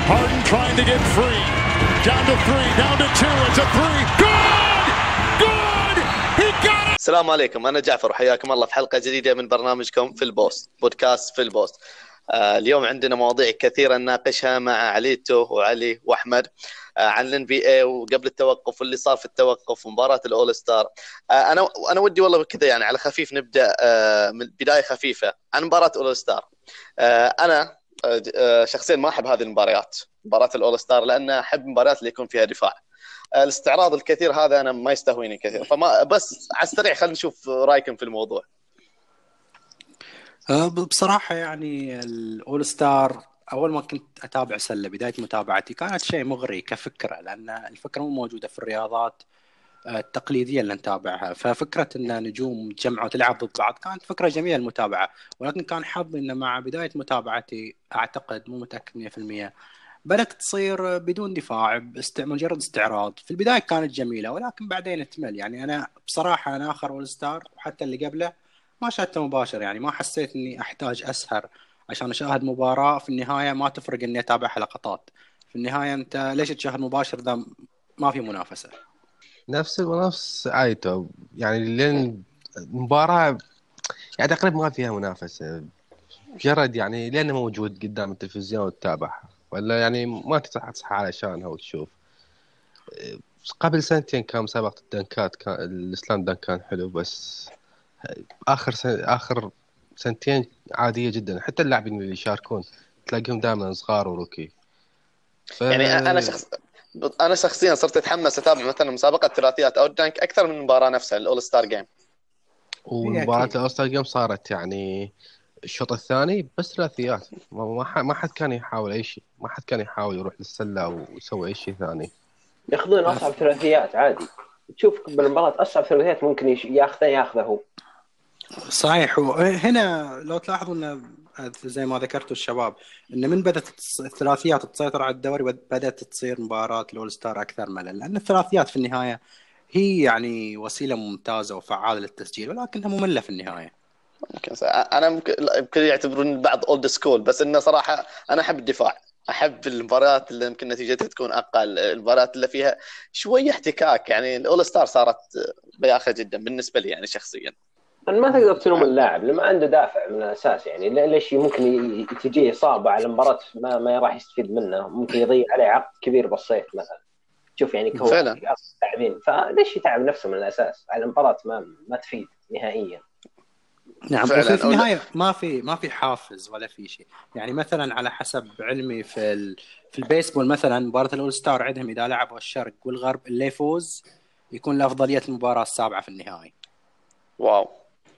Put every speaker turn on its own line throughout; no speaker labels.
Harden trying to get free. Down to three, down to two, it's a three. Good! Good! He got it!
السلام عليكم، أنا جعفر وحياكم الله في حلقة جديدة من برنامجكم في البوست، بودكاست في البوست. اليوم عندنا مواضيع كثيرة نناقشها مع عليتو وعلي وأحمد عن ال NBA وقبل التوقف واللي صار في التوقف ومباراة الأول ستار. أنا ودي والله كذا يعني على خفيف نبدأ من بداية خفيفة عن مباراة الأول ستار. أنا شخصيا ما أحب هذه المباريات، مباراة الأول ستار، لأن أحب المباريات اللي يكون فيها دفاع. الاستعراض الكثير هذا أنا ما يستهويني كثير، فما بس على السريع خلينا نشوف رأيكم في الموضوع.
بصراحة يعني الأول ستار أول ما كنت أتابع سلة بداية متابعتي كانت شيء مغري كفكرة، لأن الفكرة مو موجودة في الرياضات التقليدية اللي نتابعها. ففكرة أن نجوم تجمعوا تلعب ضد بعض كانت فكرة جميلة المتابعة، ولكن كان حظي أن مع بداية متابعتي أعتقد مو متأكد 100% بدأت تصير بدون دفاع، مجرد استعراض. في البداية كانت جميلة ولكن بعدين تمل. يعني أنا بصراحة أنا آخر أول ستار وحتى اللي قبله ما شاهدته مباشر، يعني ما حسيت إني أحتاج أسهر عشان أشاهد مباراة في النهاية ما تفرق إني أتابعها لقطات. في النهاية أنت ليش تشاهد مباشر ذا ما في منافسة؟
نفس عايته يعني لين المباراة يعني تقريبا ما فيها منافسة، مجرد يعني لأنه موجود قدام التلفزيون وتتابعها، ولا يعني ما تصحى علشانها وتشوف. قبل سنتين كان مسابقة الدنكات، كان الإسلام دنك كان حلو، بس آخر سنتين عادية جدا. حتى اللاعبين اللي يشاركون تلاقيهم دائما صغار وروكي.
يعني أنا شخصيا صرت أتحمس أتابع مثلا مسابقة الثلاثيات أو الدنك أكثر من المباراة نفسها الأول ستار جيم.
ومباراة الأول جيم صارت يعني الشوط الثاني بس ثلاثيات، ما حد كان يحاول أي شيء، ما حد كان يحاول يروح للسلة ويسوي أي شيء ثاني.
ياخذون أصعب ثلاثيات عادي، تشوف بالمباراة أصعب ثلاثيات ممكن ياخذه هو.
صحيح. وهنا لو تلاحظوا أن زي ما ذكرتوا الشباب أن من بدأت الثلاثيات تسيطر على الدوري بدأت تصير مباراة الأول ستار أكثر ملل، لأن الثلاثيات في النهاية هي يعني وسيلة ممتازة وفعالة للتسجيل ولكنها مملة في النهاية.
أنا ممكن يعتبرون البعض أولد سكول، بس إنه صراحة أنا أحب الدفاع، أحب المباريات اللي يمكن نتيجتها تكون أقل، المباريات اللي فيها شوية احتكاك. يعني الأول ستار صارت بياخة جدا بالنسبة لي يعني شخصيا.
أنا ما تقدر تلوم اللاعب لما عنده دافع من الأساس، يعني ليش ممكن تجيه إصابة على مباراة ما راح يستفيد منه، ممكن يضيع عليه عقد كبير بالصيف مثلا. شوف يعني
فعلا
لاعبين فليش يتعب نفسه من الأساس على مباراة ما تفيد نهائيا.
نعم، وفي النهاية ما في حافز ولا في شيء. يعني مثلا على حسب علمي في البيسبول مثلا مباراة الأول ستار عندهم إذا لعبوا الشرق والغرب اللي يفوز يكون له أفضلية المباراة السابعة في النهائي.
واو.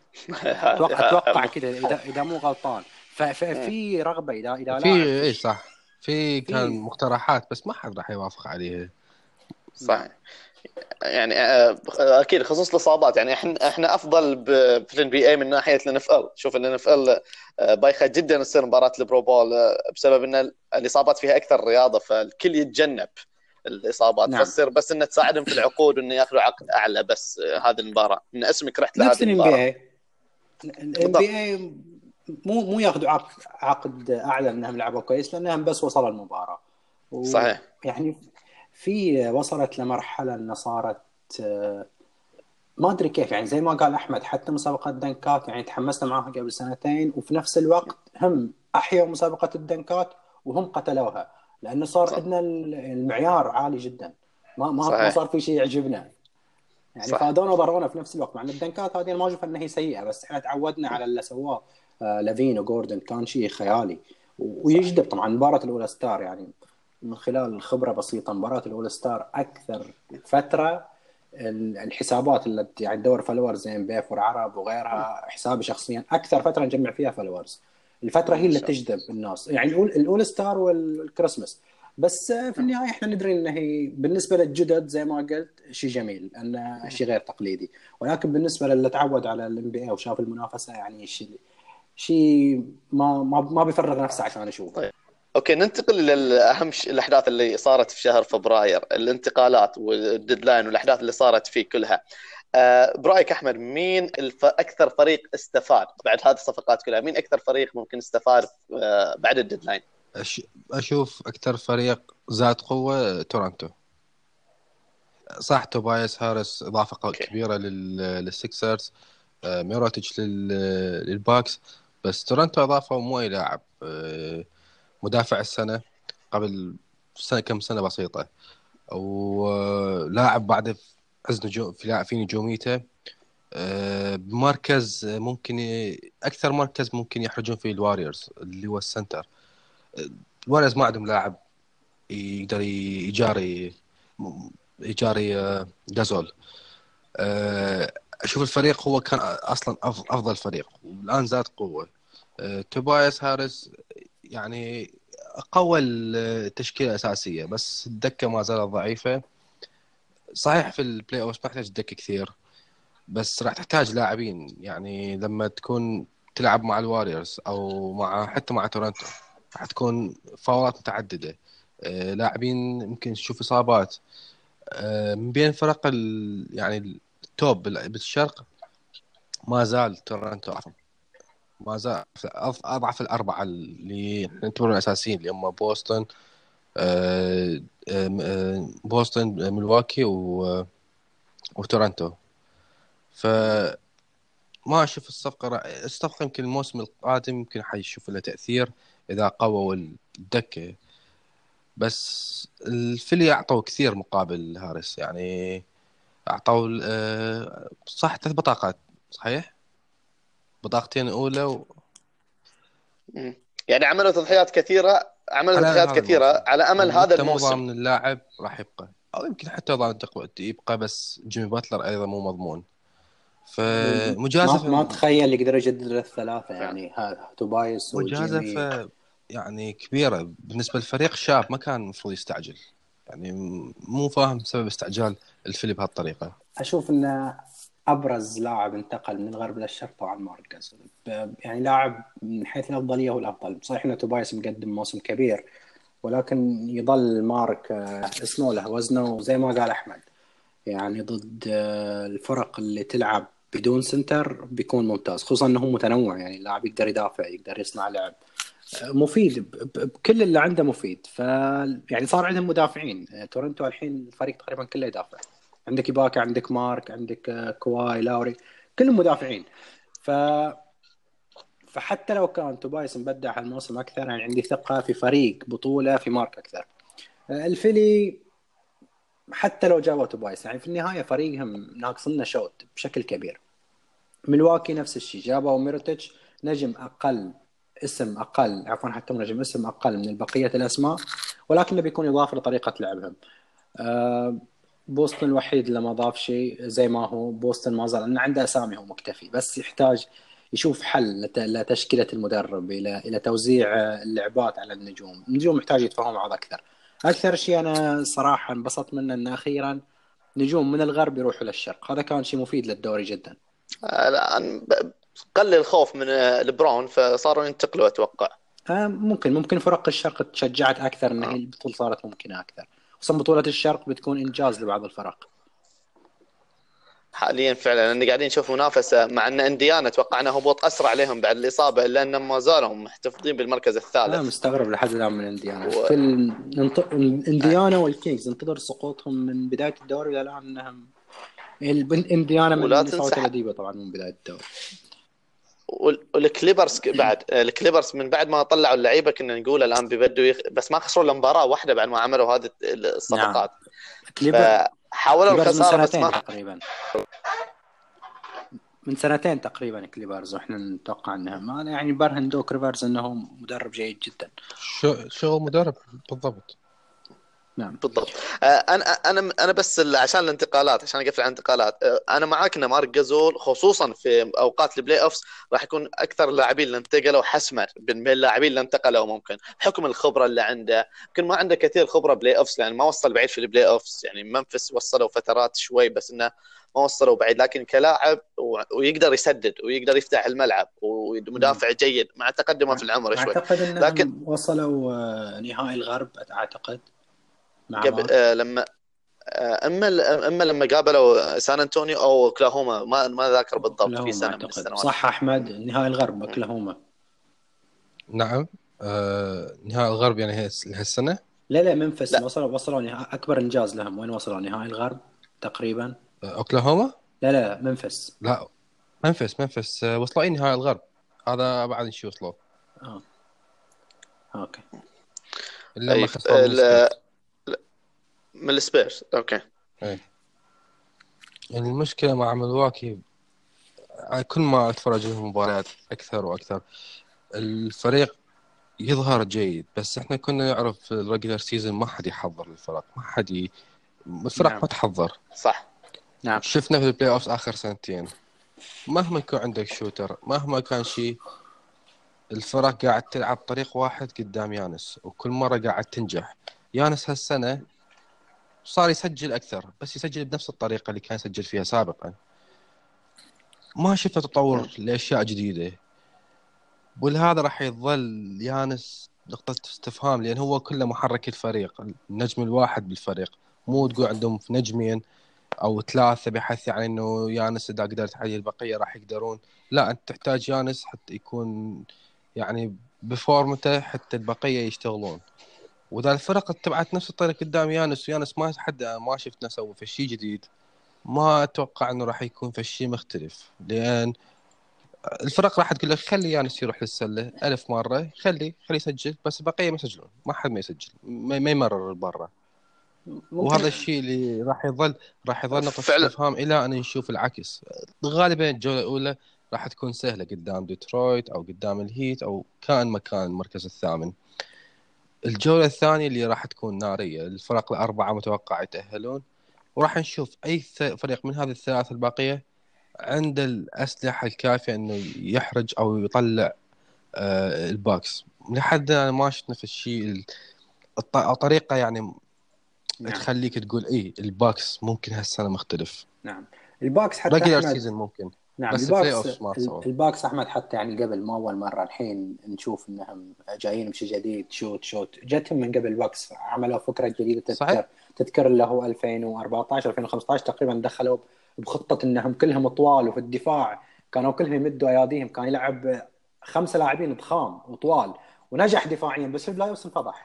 أتوقع كده إذا مو غلطان. ففي رغبة إذا لاعب
في صح، في كان مقترحات بس ما حد راح يوافق عليها.
صح. يعني اكيد خصوص الاصابات، يعني احنا افضل في الان بي اي من ناحيه الان اف ال. شوف الان اف ال بايخه جدا تصير مباراه البرو بول بسبب ان الاصابات فيها اكثر رياضه، فالكل يتجنب الاصابات.
نعم.
فتصير بس انه تساعدهم في العقود وانه ياخذوا عقد اعلى. بس هذه المباراه من اسمك رحت لهذه المباراه.
الام بي اي مو ياخذوا عقد اعلى انهم لعبوا كويس، لانهم بس وصلوا المباراه.
صحيح.
يعني في وصلت لمرحله ان صارت ما ادري كيف، يعني زي ما قال احمد حتى مسابقه الدنكات يعني تحمسنا معاها قبل سنتين، وفي نفس الوقت هم احيوا مسابقه الدنكات وهم قتلوها، لانه صار عندنا المعيار عالي جدا. ما صار في شيء يعجبنا يعني. فادونا وضرونا في نفس الوقت، مع ان الدنكات هذه ما اشوف انها هي سيئه، بس احنا تعودنا على اللي سواه لافين وجوردن، كان شيء خيالي ويجذب. طبعا مباراه الاول ستار يعني من خلال الخبره بسيطه، مباراه الاول ستار اكثر فتره الحسابات اللي يعني تدور فولورز زي بيف والعرب وغيرها، حسابي شخصيا اكثر فتره نجمع فيها فولورز. الفتره هي اللي تجذب الناس، يعني الاول ستار والكريسماس. بس في النهايه احنا ندري ان هي بالنسبه للجدد زي ما قلت شيء جميل، انه شيء غير تقليدي، ولكن بالنسبه للي تعود على الام بي اي وشاف المنافسه يعني شيء ما بيفرغ نفسه عشان يشوفه.
طيب. اوكي، ننتقل للاهم الاحداث اللي صارت في شهر فبراير، الانتقالات والديدلاين والاحداث اللي صارت فيه كلها. برايك احمد، مين اكثر فريق استفاد بعد هذه الصفقات كلها؟ مين اكثر فريق ممكن استفاد بعد الديدلاين؟
اشوف اكثر فريق زاد قوه تورنتو. صح توبايس هاريس اضافه كبيره للسيكسرز، ميروتيتش للباكس، بس تورنتو اضافه مو اي لاعب. مدافع السنه قبل كم سنه بسيطه، او لاعب بعد عز نجوم في لاعب في نجوميته، بمركز ممكن اكثر مركز ممكن يحرجون فيه الواريورز اللي هو السنتر. الواريورز ما عندهم لاعب يقدر يجاري جازول. اشوف الفريق هو كان اصلا افضل فريق والان زاد قوه. توبايس هاريس يعني قوى التشكيله الاساسيه، بس الدكه ما زالت ضعيفه. صحيح في البلاي اوف ما تحتاج دكه كثير، بس راح تحتاج لاعبين. يعني لما تكون تلعب مع الواريورز او حتى مع تورنتو راح تكون فاولات متعدده، لاعبين ممكن تشوف اصابات. من بين فرق يعني التوب بالشرق ما زال تورنتو ما زال اضعف الاربعه اللي نعتبرهم اساسيين، اللي هم بوسطن، بوسطن، ميلواكي وتورنتو. فما اشوف الصفقه يمكن الموسم القادم يمكن حيشوف له تاثير اذا قووا الدكه. بس الفيلي اعطوا كثير مقابل هاريس، يعني اعطوا صح 3 بطاقات صحيح، بطاقتين اولى
يعني عملوا تضحيات كثيره،
على
تضحيات
هذا الموسم،
كثيره على امل هذا
وحتى مو
الموسم.
ضامن اللاعب راح يبقى، او يمكن حتى ضامن يبقى، بس جيمي باتلر ايضا مو مضمون.
ما
فمجازفه
تخيل يقدر يجدد للثلاثة يعني توبايس وجيمي.
مجازفه يعني كبيره بالنسبه للفريق شاب، ما كان المفروض يستعجل. يعني مو فاهم سبب استعجال الفيلي بهالطريقه.
أشوف أن أبرز لاعب انتقل من الغرب للشرق طبعا مارك جاسول، يعني لاعب من حيث الأفضلية هو الأفضل. صحيح أن توبايس مقدم موسم كبير، ولكن يظل مارك اسمه له وزنه، زي ما قال أحمد يعني ضد الفرق اللي تلعب بدون سنتر بيكون ممتاز، خصوصا أنه متنوع. يعني اللاعب يقدر يدافع، يقدر يصنع لعب، مفيد بكل اللي عنده مفيد. يعني صار عندهم مدافعين. تورنتو الحين الفريق تقريبا كله يدافع، عندك إباكا، عندك مارك، عندك كواي لاوري، كلهم مدافعين. ف فحتى لو كان توبايس مبدع هالموسم أكثر، يعني عندي ثقة في فريق بطولة في مارك أكثر. الفيلي حتى لو جابوا توبايس يعني في النهاية فريقهم ناقصنا شوت بشكل كبير. ملواكي نفس الشيء، جابوا ميروتيتش نجم أقل، اسم أقل عفوا، حتى نجم اسم أقل من بقية الأسماء، ولكنه بيكون إضافة لطريقة لعبهم. بوسطن الوحيد اللي ما ضاف شيء زي ما هو. بوسطن ما زال أنه عنده أسامي هو مكتفي، بس يحتاج يشوف حل لتشكيلة المدرب، إلى توزيع اللعبات على النجوم محتاج يتفاهم مع بعض أكثر شيء أنا صراحة انبسطت منه أن أخيرا نجوم من الغرب يروحوا للشرق، هذا كان شيء مفيد للدوري جدا.
الان قلل الخوف من لبرون فصاروا ينتقلوا اتوقع.
ممكن فرق الشرق تشجعت أكثر أن هي البطولة صارت ممكنة أكثر، خصوصا بطولة الشرق بتكون إنجاز لبعض الفرق.
حاليا فعلا ان قاعدين نشوف منافسه، مع ان انديانا توقعنا هبوط اسرع عليهم بعد الاصابه، الا انهم ما زالوا محتفظين بالمركز الثالث.
مستغرب لحد الآن من إنديانا.
و...
إنديانا والكينجز انتظر سقوطهم من بداية الدوري إلى الآن. أنهم إنديانا من
ولا
نسوة
تنسى
الأديبة طبعا من بداية الدوري.
والكليبرز بعد الكليبرز من بعد ما طلعوا اللعيبه كنا نقول الان بيبدوا بس ما خسروا المباراه واحده بعد ما عملوا هذه الصفقات. فحاولوا الخساره
من
بس
سنتين
ما
تقريبا، من سنتين تقريبا كليبرز، واحنا نتوقع انها ما يعني برهن دوك ريفرز انه مدرب جيد جدا.
شو مدرب بالضبط.
نعم
بالضبط. انا بس عشان الانتقالات، عشان اقفل عن الانتقالات، انا معاك ان مارك جازول خصوصا في اوقات البلاي اوفس راح يكون اكثر اللاعبين اللي انتقلوا حسما بين اللاعبين اللي انتقلوا، ممكن بحكم الخبره اللي عنده. يمكن ما عنده كثير خبره بلاي اوفس لان ما وصل بعيد في البلاي اوفس، يعني منفس وصلوا فترات شوي بس انه ما وصلوا بعيد، لكن كلاعب ويقدر يسدد ويقدر يفتح الملعب ومدافع جيد مع تقدمه في العمر شوي.
اعتقد انهم
لكن
وصلوا نهائي الغرب اعتقد
لما اما لما قابلوا سان انطونيو او اوكلاهوما، ما ذاكر بالضبط، في سنه من السنوات.
صح احمد، نهائي الغرب اوكلاهوما.
نعم نهائي الغرب يعني هالسنة.
لا منفس
لا
وصلوا أكبر إنجاز لهم، وين وصلوا؟ نهائي الغرب تقريبا.
أوكلاهوما.
لا منفس.
لا، منفس وصلوا أي نهائي الغرب. هذا بعد شو وصلوا،
آه. أوكي.
إلا ما
اي
خسروا من السبيرز.
من السبيرز. اوكي.
إيه. يعني المشكلة مع ملواكي، كل ما أتفرج لهم مباريات أكثر وأكثر، الفريق يظهر جيد، بس إحنا كنا نعرف في الريجلر سيزون ما حد يحضر للفرق، ما حد الفرق
نعم.
ما تحضر.
صح.
نعم.
شفنا في البلاي أوفس آخر سنتين، مهما يكون عندك شوتر، مهما كان شيء، الفرق قاعد تلعب طريق واحد قدام يانس، وكل مرة قاعد تنجح. يانس هالسنة صار يسجل أكثر، بس يسجل بنفس الطريقة اللي كان يسجل فيها سابقا. ما شفنا تطور لأشياء جديدة، ولهذا راح يظل يانس نقطة استفهام، لأن هو كله محرك الفريق، النجم الواحد بالفريق. مو تقول عندهم في نجمين أو ثلاثة بحث يعني إنه يانس إذا قدرت عليه البقية راح يقدرون. لا، أنت تحتاج يانس حتى يكون يعني بفورمته حتى البقية يشتغلون. وإذا الفرق اتبعت نفس الطريقة قدام يانس، ويانس ما شفنا سوى في شيء جديد، ما أتوقع إنه راح يكون في شيء مختلف. لأن الفرق راح تقول لك خلي يانس يروح للسلة ألف مرة، خلي يسجل، بس البقية ما يسجلون، ما حد ما يسجل، ما يمرر برا. وهذا
ممكن.
الشيء اللي راح يظل نقطة
فعلا.
استفهام إلى أن نشوف العكس. غالبا الجولة الأولى راح تكون سهلة قدام ديترويت أو قدام الهيت أو كان مكان المركز الثامن. الجولة الثانية اللي راح تكون نارية، الفرق الأربعة متوقع يتأهلون، وراح نشوف أي فريق من هذه الثلاث الباقية عنده الأسلحة الكافية إنه يحرج أو يطلع الباكس. لحد الآن ما شفنا في الشيء الطريقة يعني
نعم.
تخليك تقول إيه الباكس ممكن هالسنة مختلف.
نعم. الباكس حتى
ريجلر
أحمد.
سيزون ممكن،
نعم
بس بلاي
الباكس.
أوفس ما تصور.
الباكس أحمد حتى يعني قبل، ما أول مرة الحين نشوف إنهم جايين بشيء جديد. شوت جتهم من قبل. الباكس عملوا فكرة جديدة.
صحيح.
تذكر اللي هو 2014 2015 تقريبا دخلوا بخطة إنهم كلهم طوال، وفي الدفاع كانوا كلهم يمدوا أياديهم، كان يلعب 5 لاعبين ضخام وطوال، ونجح دفاعيا، بس في البلاي أوفس انفضح.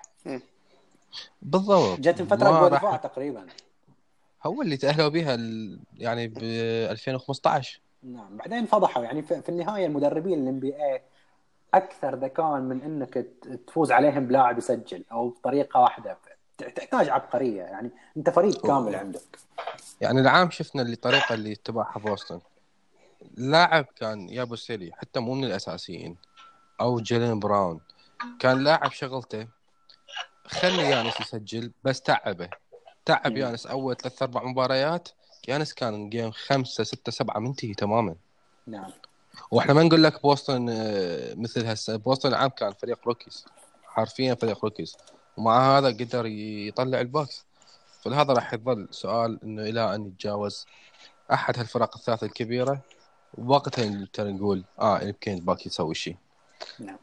بالضبط.
جتهم فترة
ما
قوة
راح
دفاع تقريبا.
هو اللي تأهلوا بها يعني ب 2015.
نعم. بعدين فضحوا يعني في النهاية. المدربين الام بي اي اكثر ذكاء من انك تفوز عليهم بلاعب يسجل او بطريقه واحده. تحتاج عبقريه، يعني انت فريق كامل عندك.
يعني العام شفنا الطريقة اللي اتبعها بوسطن، لاعب كان يا بوسيلي حتى مو من الأساسيين أو جيلين براون، كان لاعب شغلته خلي يانس يسجل، بس تعب يانس أول 3-4 مباريات. يانس كان جيم 5 6 7 منتهي تماما.
نعم.
واحنا ما نقول لك بوسطن مثل هسه، بوسطن العام كان فريق روكيز، حرفيا فريق روكيز، ومع هذا قدر يطلع الباكس. فلهذا راح يظل سؤال انه الى ان يتجاوز احد هالفرق الثلاث الكبيره، وقتها نقول يمكن الباكس يسوي شيء.
نعم.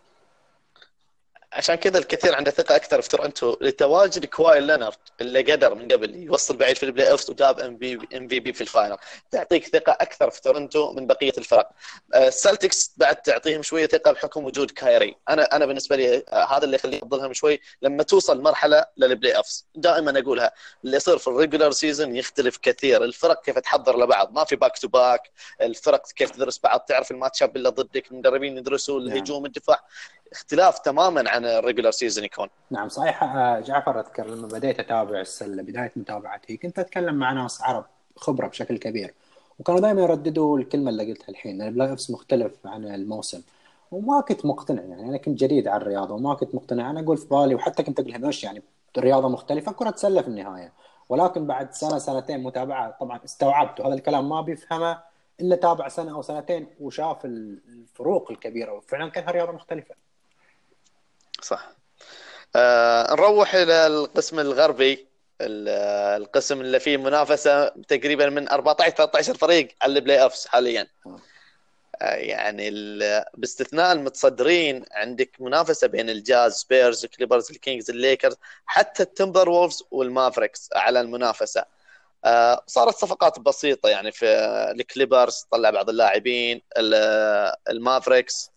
عشان كذا الكثير عنده ثقة أكثر في تورنتو لتواجد كواي لينارد اللي قدر من قبل يوصل بعيد في البلاي أوفس وجاب ام في بي في الفاينل. تعطيك ثقة أكثر في تورنتو من بقية الفرق. السلتكس بعد تعطيهم شوية ثقة بحكم وجود كايري. أنا بالنسبة لي هذا اللي يخلي أفضلهم شوي لما توصل مرحلة للبلاي أوفس. دائما أقولها، اللي يصير في الريجولار سيزون يختلف كثير. الفرق كيف تحضر لبعض، ما في باك تو باك. الفرق كيف تدرس بعض، تعرف الماتشاب اللي ضدك، المدربين يدرسوا الهجوم الدفاع. اختلاف تماما عن الريجولار سيزون يكون.
نعم صحيح. جعفر أذكر لما بديت أتابع السلة، بداية متابعتي كنت أتكلم مع ناس عرب خبرة بشكل كبير، وكانوا دائما يرددوا الكلمة اللي قلتها الحين، البلاي أوفس مختلف عن الموسم. وما كنت مقتنع، يعني أنا كنت جديد على الرياضة وما كنت مقتنع. أنا أقول في بالي، وحتى كنت أقول لهم يعني الرياضة مختلفة، كرة سلة في النهاية. ولكن بعد سنة سنتين متابعة طبعا استوعبت هذا الكلام ما بيفهمه إلا تابع سنة أو سنتين وشاف الفروق الكبيرة، وفعلا كانها رياضة مختلفة.
صح. نروح إلى القسم الغربي، القسم اللي فيه منافسة تقريبا من 14-13 فريق على البلاي أوفس حاليا. يعني باستثناء المتصدرين عندك منافسة بين الجاز، سبيرز، الكليبرز، الكينجز، الليكرز، حتى التمبر وولفز والمافريكس على المنافسة. صارت صفقات بسيطة يعني في الكليبرز طلع بعض اللاعبين، المافريكس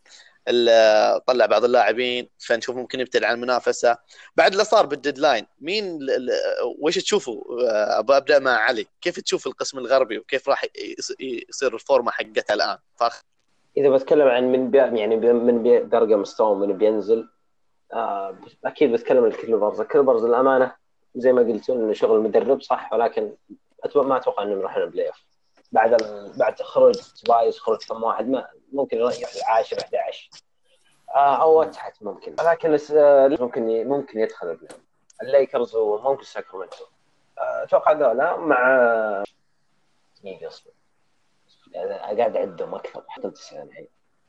طلع بعض اللاعبين، فنشوف ممكن يبتعد عن المنافسه. بعد اللي صار بالديدلاين، مين وش تشوفوا؟ ابدا مع علي، كيف تشوف القسم الغربي وكيف راح يصير الفورمه حقتها الان؟
اذا بتكلم عن من بيرقى مستوى من بينزل، اكيد بتكلم عن الكليبرز الامانه زي ما قلت انه شغل المدرب صح، ولكن ما اتوقع انهم راح يلعبوا بلاي اوف بعد خروج سبايس، خروج كم واحد، ما ممكن يروح 10 11 او تحت ممكن، ولكن ممكن يدخل البلاي اوف. الليكرز وممكن ساكرامنتو اتوقع ذولا مع اصبر قاعد اعدهم اكثر حتى 9 الحين.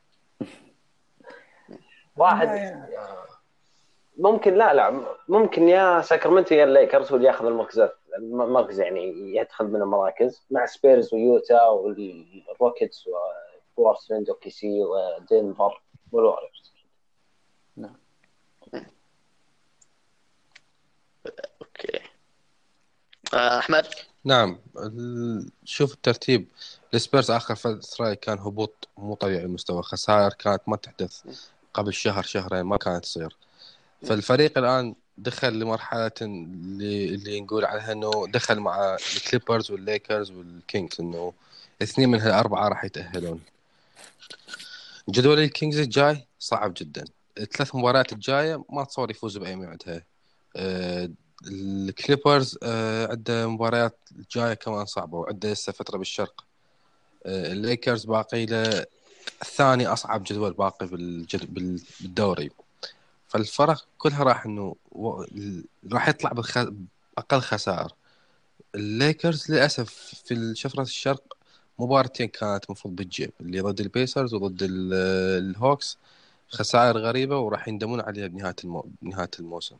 واحد ممكن لا ممكن يا ساكرامنتو يا الليكرز هو اللي ياخذ المركز يعني يدخل من المراكز مع سبيرز ويوتا والروكيتس وبورتلاند وكي سي ودنفر والوريورز.
نعم.
اوكي. احمد.
نعم، شوف الترتيب. السبيرز آخر فترة كان هبوط مو طبيعي، المستوى خسائر كانت ما تحدث قبل شهرين ما كانت تصير. فالفريق الآن دخل لمرحلة اللي نقول عليها إنه دخل مع الكليبرز والليكرز والكينجز، إنه 2 من هالأربعة راح يتأهلون. جدول الكينجز الجاي صعب جدا، 3 مباريات الجاية ما تصور يفوز بأي معدها. الكليبرز عنده مباريات الجاية كمان صعبة، وعنده لسه فترة بالشرق. الليكرز باقي له الثاني أصعب جدول باقي بالدوري. فالفرق كلها راح إنه راح يطلع بأقل خسائر. الليكرز للأسف في شفرة الشرق مباراتين كانت مفروض بتجيب، اللي ضد البيسرز وضد الهوكس، خسائر غريبة وراح يندمون عليها بنهاية الموسم،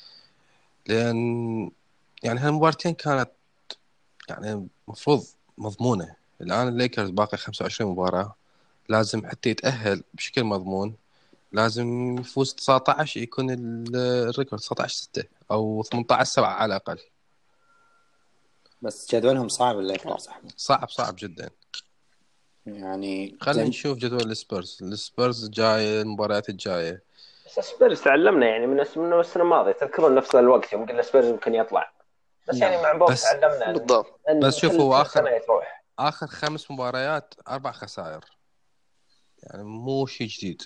لأن يعني هالمباراتين كانت يعني مفروض مضمونة. الآن الليكرز باقي 25 مباراة، لازم حتى يتأهل بشكل مضمون لازم يفوز 19، يكون الريكورد 19-6 أو 18-7 على الأقل.
بس جدولهم صعب الليكرز أحمد،
صعب جدا.
يعني
خلينا نشوف جدول السبيرز جاي، المباريات الجاية.
بس سبيرز تعلمنا يعني من السنة الماضية، تذكرون نفس الوقت يوم قلنا سبيرز ممكن يطلع، بس
نعم.
يعني مع بوب
بس
تعلمنا
بالضبط.
بس شوفوا آخر 5 مباريات 4 خسائر، يعني مو شيء جديد.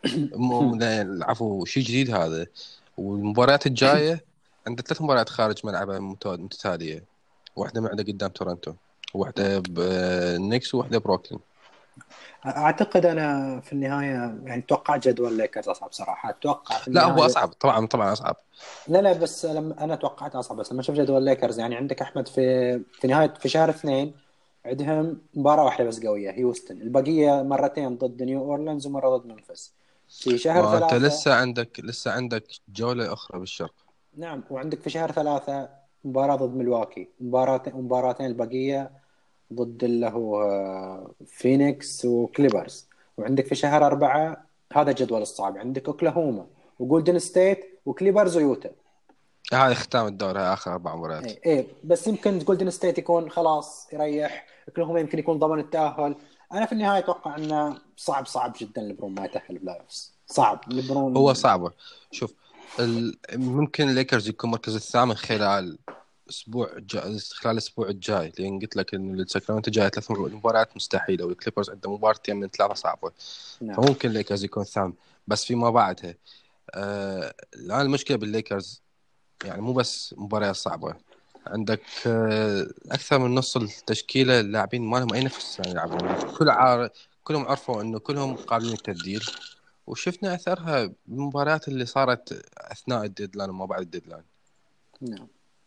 عفوا شيء جديد هذا. والمباريات الجاية عنده 3 مباريات خارج ملعبه متتالية، واحدة معده قدام تورنتو، واحدة بنيكس، وواحدة بروكلين.
اعتقد انا في النهايه يعني توقعت جدول الليكرز اصعب صراحه. اتوقع في
لا
النهايه
هو اصعب طبعا اصعب.
لا بس لما انا توقعت اصعب، بس لما شفت جدول الليكرز يعني عندك احمد في نهايه في شهر 2 عندهم مباراه واحده بس قويه هيوستن، البقيه مرتين ضد نيو اورلينز ومره ضد منفس. في شهر
وانت
3
لسه عندك جولة اخرى بالشرق.
نعم، وعندك في شهر 3 مباراه ضد ملواكي، مباراتين البقيه ضد اللي هو فينيكس وكليبرز. وعندك في شهر 4 هذا الجدول الصعب، عندك اوكلاهوما وجولدن ستيت وكليبرز ويوتا.
هذا ختام الدوري، هاي اخر 4 مباريات.
ايه بس يمكن جولدن ستيت يكون خلاص يريح، اوكلاهوما يمكن يكون ضمن التأهل. انا في النهايه اتوقع انه صعب جدا لبرون ما يتأهل بلاي اوفز، صعب لبرون.
هو صعب. شوف ممكن الليكرز يكون مركز الثامن خلال الاسبوع الجاي، لان قلت لك انه الساكرامنتو جاي 3 مباريات مستحيله، والكليبرز عنده مباراتين من 3 صعبه.
نعم.
فممكن الليكرز يكون الثامن، بس فيما بعدها الان المشكله بالليكرز يعني مو بس مباريات صعبه، عندك اكثر من نص التشكيله اللاعبين ما لهم اي نفس يلعبون، كلهم عرفوا انه كلهم قابلين للتبديل، وشفنا اثرها بالمباريات اللي صارت اثناء الديدلاين وما بعد الديدلاين.
نعم.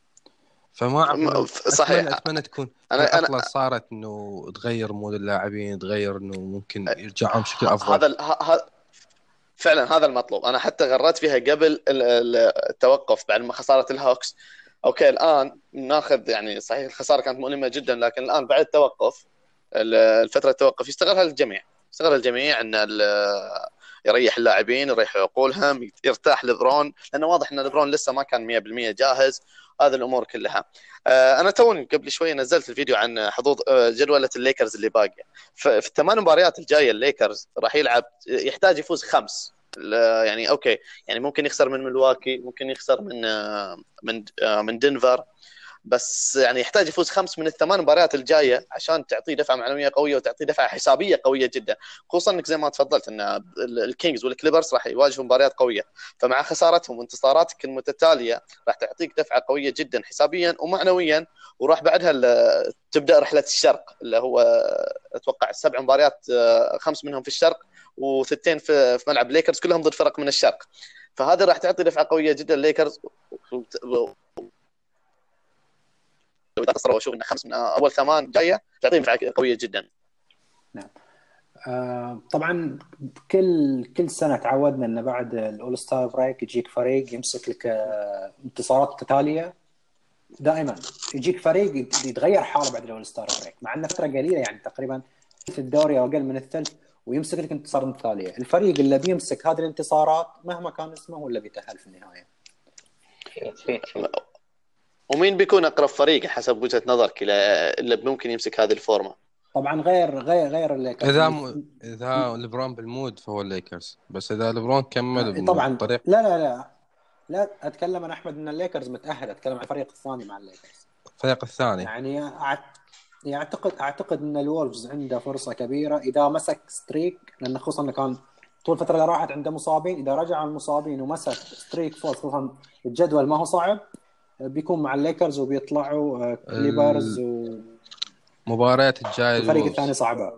فما صحيح.
اتمنى تكون
أنا
صارت انه تغير مود اللاعبين، تغير انه ممكن يرجعون بشكل افضل.
هذا فعلا هذا المطلوب. انا حتى غرت فيها قبل التوقف بعد ما خساره الهوكس. اوكي الان ناخذ يعني صحيح الخساره كانت مؤلمه جدا، لكن الان بعد التوقف الفتره التوقف يستغلها الجميع ان يريح اللاعبين، يريح عقولهم، يرتاح لبرون، لانه واضح ان لبرون لسه ما كان 100% جاهز. هذه الامور كلها. انا توني قبل شويه نزلت الفيديو عن حظوظ جدولة الليكرز اللي باقيه. في الثمان مباريات الجايه الليكرز راح يلعب، يحتاج يفوز 5. يعني اوكي، يعني ممكن يخسر من ملواكي، ممكن يخسر من دنفر، بس يعني يحتاج يفوز 5 من الثمان مباريات الجايه عشان تعطيه دفعه معنويه قويه وتعطيه دفعه حسابيه قويه جدا. خصوصا انك زي ما تفضلت ان الكينجز والكليبرز راح يواجهوا مباريات قويه، فمع خسارتهم وانتصاراتك المتتاليه راح تعطيك دفعه قويه جدا حسابيا ومعنويا. وراح بعدها تبدا رحله الشرق اللي هو اتوقع 7 مباريات، 5 منهم في الشرق وثنتين في ملعب ليكرز كلهم ضد فرق من الشرق. فهذا راح تعطي دفعه قويه جدا لليكرز. واشوف ان 5 من اول 8 جايه تعطيهم دفعه قويه جدا.
نعم. طبعا كل سنه تعودنا ان بعد الاول ستار بريك يجيك فريق يمسك لك انتصارات متتاليه. دائما يجيك فريق يتغير حاله بعد الاول ستار بريك، مع انه فتره قليله يعني تقريبا في الدوري او اقل من الثلث، ويمسك لك انتصار متتاليه. الفريق اللي بيمسك هذه الانتصارات مهما كان اسمه هو اللي بيتاهل في النهايه.
ومين بيكون اقرب فريق حسب وجهه نظرك اللي ممكن يمسك هذه الفورمه؟
طبعا غير الليكرز.
اذا ليبرون بالمود فهو الليكرز، بس اذا ليبرون كمل
طبعا
بطريقه
لا اتكلم عن احمد ان الليكرز متاهل، اتكلم عن الفريق الثاني مع الليكرز.
الفريق الثاني
يعني اعتقد ان الولفز عنده فرصه كبيره اذا مسك ستريك، لان خصوصا انه كان طول الفتره اللي راحت عنده مصابين. اذا رجع عن المصابين ومسك ستريك فوز، خصوصا الجدول ما هو صعب، بيكون مع الليكرز وبيطلعوا كليبرز
مباريات الجايه
الفريق الثاني صعبه.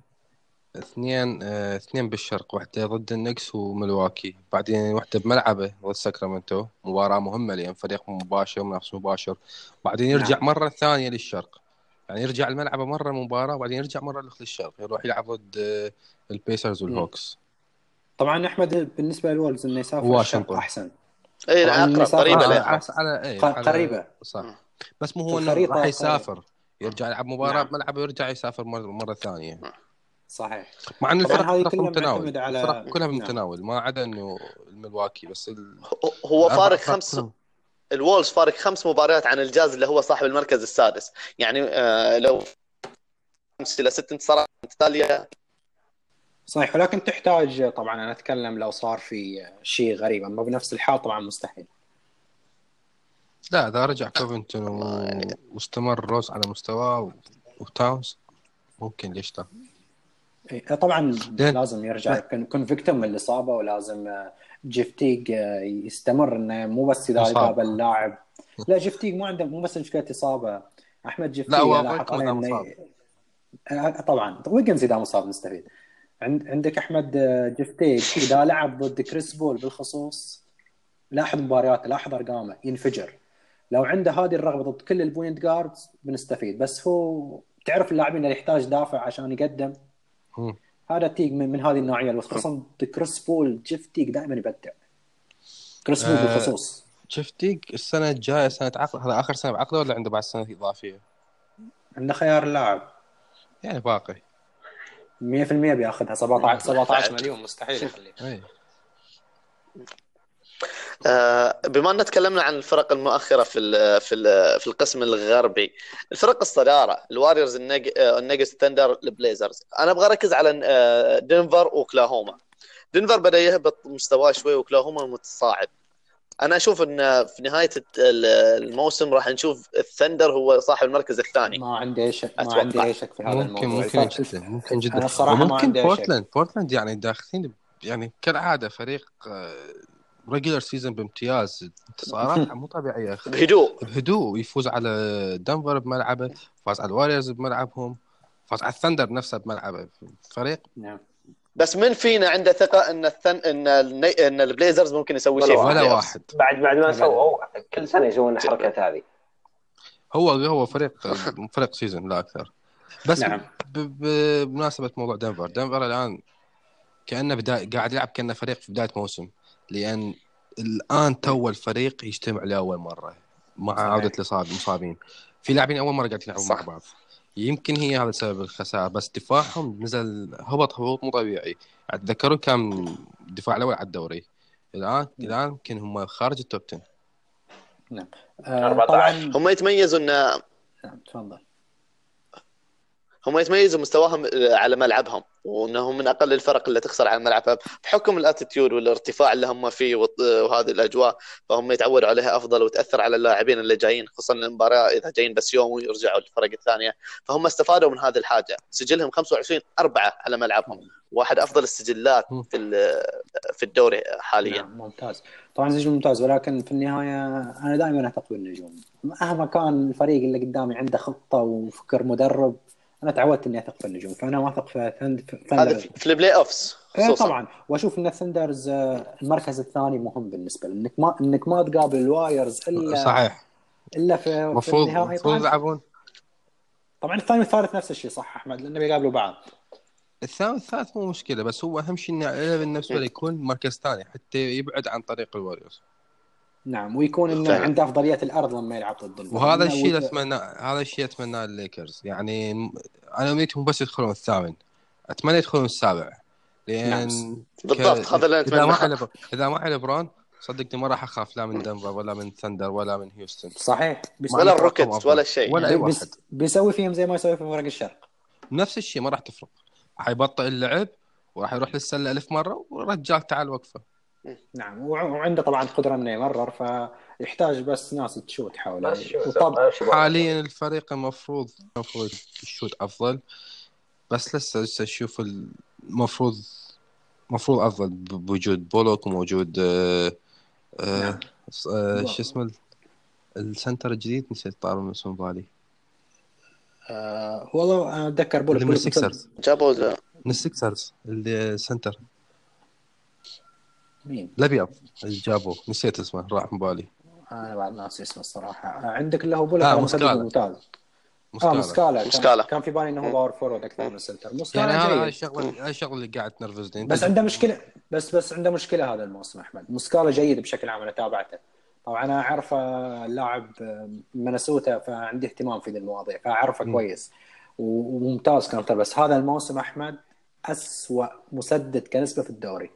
اثنين بالشرق، واحدة ضد النكس وملواكي، بعدين واحدة بملعبه ضد ساكرامنتو، مباراة مهمة لأن فريق مباشر منافس مباشر. بعدين يرجع مرة ثانية للشرق، يعني يرجع الملعبة مرة مباراة وبعدين يرجع مرة للشرق، يروح يلعب ضد البيسرز والهوكس.
طبعا أحمد بالنسبة للولفز إنه يسافر الشرق أحسن.
اي اقرب قريبه
قريبه
صح. بس مو هو انه راح يسافر يرجع يلعب مباراه بملعبه ويرجع يسافر مره ثانيه.
صحيح.
مع ان الفرق كلها متناول، الفرق كلها متناول ما عدا انه الملواكي بس
هو فارق 5. الوولز فارق 5 مباريات عن الجاز اللي هو صاحب المركز السادس. يعني لو 5 إلى 6 انتصارات متتاليه
صحيح، ولكن تحتاج طبعا أنا أتكلم لو صار في شيء غريب، أما بنفس الحال طبعا مستحيل.
لا إذا رجع كوفنتون واستمر روز على مستواه وتاونز ممكن ليش لا.
طبعا لازم يرجع يكون فيكتم من الإصابة، ولازم جيف تيج يستمر إنه مو بس إذا جاب اللاعب. لا جيف تيج مو عنده مو بس مشكلة إصابة. أحمد جيف تيج لاحظ عليه طبعا ويجنز إذا مصاب نستفيد. عندك أحمد جيف تيج إذا لعب ضد كريس بول بالخصوص، لاحظ مبارياته لاحظ أرقامه ينفجر. لو عنده هذه الرغبة ضد كل البوينت جاردز بنستفيد. بس هو تعرف اللاعبين اللي يحتاج دافع عشان يقدم، هذا تيج من هذه النوعية. خصوصا كريس بول جيف تيج دائما يبدع. كريس بول بالخصوص.
جيف تيج السنة الجاية سنة عقد، هذا آخر سنة بعقده ولا عنده بعد سنة إضافية؟
عنده خيار اللاعب
يعني باقي
100% بياخذها 17 مليون مستحيل يخليه.
بما أننا تكلمنا عن الفرق المؤخرة في القسم الغربي، الفرق الصدارة الواريورز، النيجتس، الثندر، البليزرز، أنا أبغى أركز على دنفر وأوكلاهوما. دنفر بدأ يهبط مستواه شوي وأوكلاهوما متصاعد. أنا أشوف أن في نهاية الموسم راح نشوف الثندر هو صاحب المركز الثاني.
ما عندي أي شك في هذا الموضوع.
ممكن جدا.
أنا الصراحة
ممكن بورتلاند يعني داخلين يعني كالعادة فريق ريجولر سيزن بامتياز، انتصارات مو طبيعية بهدوء يفوز على دنفر بملعبه، فاز على الواريورز بملعبهم، فاز على الثندر نفسه بملعبه. فريق
بس من فينا عنده ثقة ان البليزرز ممكن يسوي شيء؟
ولا واحد.
بعد ما سووا كل سنة يسوون الحركات هذه.
هو فريق سيزن لا أكثر. بس بمناسبة موضوع دنفر الآن كأنه قاعد يلعب كأنه فريق في بداية موسم، لأن الآن تو الفريق يجتمع لأول مرة مع عودة المصابين. في لاعبين أول مرة قاعد يلعبوا مع بعض، يمكن هي هذا سبب الخسارة، بس دفاعهم نزل هبوط مو طبيعي. أتذكروا كان الدفاع الأول على الدوري، الآن يمكن هم خارج التوب 10.
نعم.
14.
طبعا
هم يتميزوا
تفضل.
هم يتميزوا مستواهم على ملعبهم، وانهم من اقل الفرق اللي تخسر على ملعبها بحكم الاتيتيود والارتفاع اللي هم فيه وهذه الاجواء، فهم يتعودوا عليها افضل وتاثر على اللاعبين اللي جايين، خصوصا المباراه اذا جايين بس يوم ويرجعوا للفرق الثانيه، فهم استفادوا من هذه الحاجه. سجلهم 25-4 على ملعبهم، واحد افضل السجلات في الدوري حاليا.
نعم ممتاز، طبعا سجل ممتاز، ولكن في النهايه انا دائما اثق بالنجوم مهما كان الفريق اللي قدامي عنده خطه وفكر مدرب. انا تعودت اني اثق في النجوم، فانا واثق في
هذا في البلاي اوفس خصوصا.
طبعا، واشوف ان الثندرز المركز الثاني مهم بالنسبه لك، انك ما تقابل الوايرز
صحيح.
الا في النهائي.
المفروض يلعبون.
طبعا الثاني والثالث نفس الشيء صح احمد، لانه بيقابلوا بعض.
الثاني والثالث مو مشكله، بس هو اهم شيء انه بالنسبه له يكون مركز ثاني حتى يبعد عن طريق الواريورز.
نعم، ويكون انه عنده افضليه الارض لما يلعب ضد الفريق.
وهذا الشيء هذا الشيء اتمناه الليكرز. يعني انا امنيتهم بس يدخلون الثامن، اتمنى يدخلون السابع، لان
بالضبط هذا اللي نتمناه.
اذا ما على برون صدقني ما راح اخاف لا من دنفر ولا من ثندر ولا من هيوستن.
صحيح،
ولا الروكيتس ولا شيء،
ولا اي واحد.
بيسوي فيهم زي ما يسوي في فرق الشرق،
نفس الشيء، ما راح تفرق. حيبطئ اللعب وراح يروح للسله 1000 مره، ورجال تعال وقفه.
نعم، وعنده طبعا قدره انه يمرر، فيحتاج بس ناس تشوت حوله.
حاليا الفريق المفروض يشوت افضل، بس لسه اشوف المفروض افضل بوجود بولوك وموجود شو اسمه السنتر الجديد، نسيت طار من اسمه بالي.
والله انا اتذكر بولوك
من السكسرز،
جابوا
من السكسرز السنتر
مين
الابيض اللي جابوه، نسيت اسمه راح من بالي.
انا بعد ناسي اسمه الصراحه. عندك اللي هو بولوك مسدد ممتاز. مسكالا كان في بالي انه هو باور فورورد اكثر من سنتر.
يعني هذا الشغله اللي قاعد تنرفزني.
بس عنده مشكله، بس عنده مشكله هذا الموسم احمد. مسكالا جيد بشكل عام، انا تابعته طبعا، انا اعرف اللاعب مينيسوتا، فعندي اهتمام في ذي المواضيع، فاعرفه كويس وممتاز كانتر. بس هذا الموسم احمد أسوأ مسدد كنسبه في الدوري،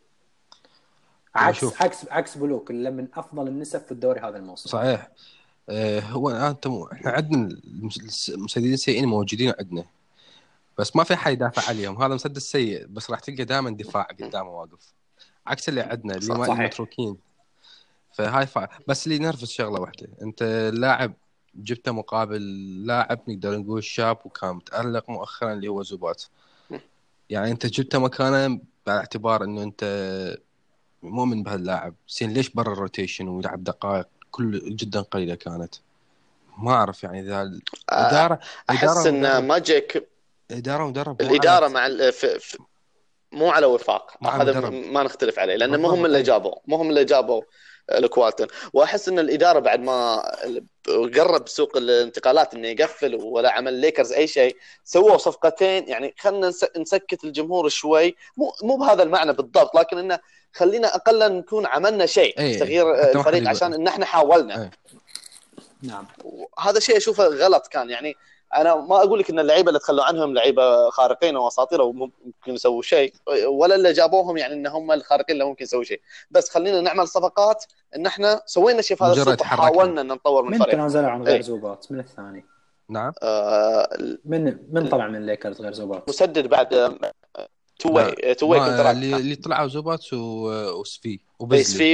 عكس بلوك اللي من افضل النسب في الدوري هذا الموسم.
صحيح. هو احنا عندنا المسددين السيئين موجودين عندنا، بس ما في حد يدافع عليهم. هذا مسدد سيء بس راح تلقى دائما دفاع قدامه واقف، عكس اللي عندنا اللي ما متروكين. فهاي بس اللي ينرفز شغله واحده، انت لاعب جبته مقابل لاعب نقدر نقول شاب وكان متألق مؤخرا اللي هو زوبات. يعني انت جبته مكانه باعتبار انه انت مؤمن بهاللاعب، زين ليش برا الروتيشن ويلعب دقائق كل جدا قليله كانت؟ ما اعرف يعني اذا الاداره
احس ان ماجيك
مدرب
الاداره مع مو على وفاق، هذا ما نختلف عليه، لانه مو هم اللي جابوا الكوالتن. واحس ان الاداره بعد ما قرب سوق الانتقالات انه يقفل ولا عمل ليكرز اي شيء، سووا صفقتين. يعني خلنا نسكت الجمهور شوي، مو بهذا المعنى بالضبط، لكن انه خلينا اقلا نكون عملنا شيء تغيير الفريق عشان ان احنا حاولنا.
نعم،
هذا شيء اشوفه غلط كان. يعني انا ما اقول لك ان اللعيبه اللي تخلوا عنهم لعيبه خارقين واساطير وممكن يسووا شيء، ولا اللي جابوهم يعني ان هم الخارقين اللي ممكن يسووا شيء، بس خلينا نعمل صفقات ان احنا سوينا شيء في هذا السوق، حاولنا ان نطور من الفريق.
من نزلوا عن غير زوبات من الثاني.
نعم.
من طلع من الليكرز غير زوبات؟
مسدد بعد توي
اللي طلعوا زوبات وسفي
وبيزلي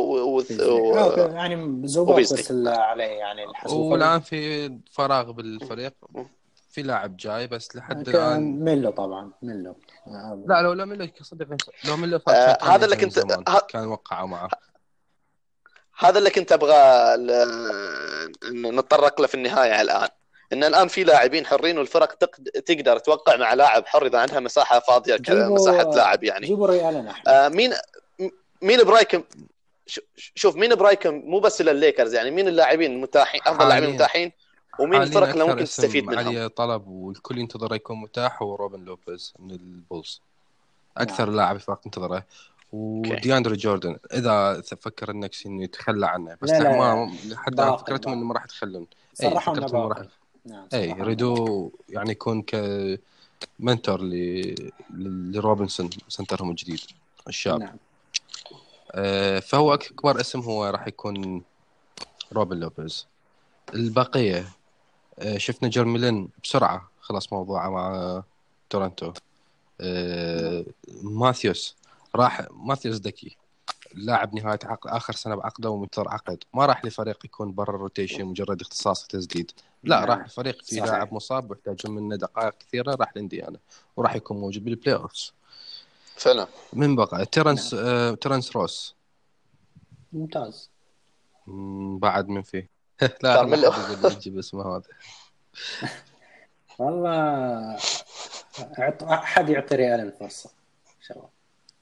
يعني زوبات بس عليه يعني الحسوب.
والآن في فراغ بالفريق، في لاعب جاي بس لحد الآن
ميلو طبعا ميلو.
لا لو ميلو صدق لو ميلو
هذا اللي كنت
كان وقعوا معه.
هذا اللي كنت أبغى نتطرق له في النهاية الآن، إن الآن في لاعبين حرين والفرق تقدر توقع مع لاعب حر إذا عندها مساحة فاضية مساحة لاعب. يعني
جيبوا ريال
مين برايكم؟ شوف مين برايكم مو بس للليكرز، يعني مين اللاعبين المتاحين أفضل لاعبين متاحين، ومين الفرق اللي ممكن تستفيد منهم؟
علي طلب والكل ينتظر يكون متاح هو روبن لوبيز من البولز، أكثر لاعب فرق تنتظره. ودياندرو جوردن إذا فكر النكس إنه يتخلى عنه، بس ما حتى فكرتهم إنه ما راح يتخلون.
صراحة ما راح نعم
اي
صراحة.
يريدوا يعني يكون كمنتور لروبنسون سنترهم الجديد الشاب.
نعم
فهو اكبر اسم هو راح يكون روبن لوبيز. البقيه شفنا جيرمي لين بسرعه خلاص موضوعه مع تورنتو. ماثيوس ماثيوس ذكي، لاعب نهاية آخر سنة بعقده ومنتظر عقد، ما راح لفريق يكون برا الروتيشن مجرد اختصاص وتسديد، لا
نعم.
راح لفريق فيه
صحيح.
لاعب مصاب ويحتاجون منه دقائق كثيرة، راح لانديانا وراح يكون موجود بالبلاي اوفز.
فعلا.
من بقى تيرنس روس
ممتاز.
بعد من فيه لا
كارميلو.
حد يقول لي تجيب اسمه هذا.
والله أحد يعطي ريال فرصة شباب.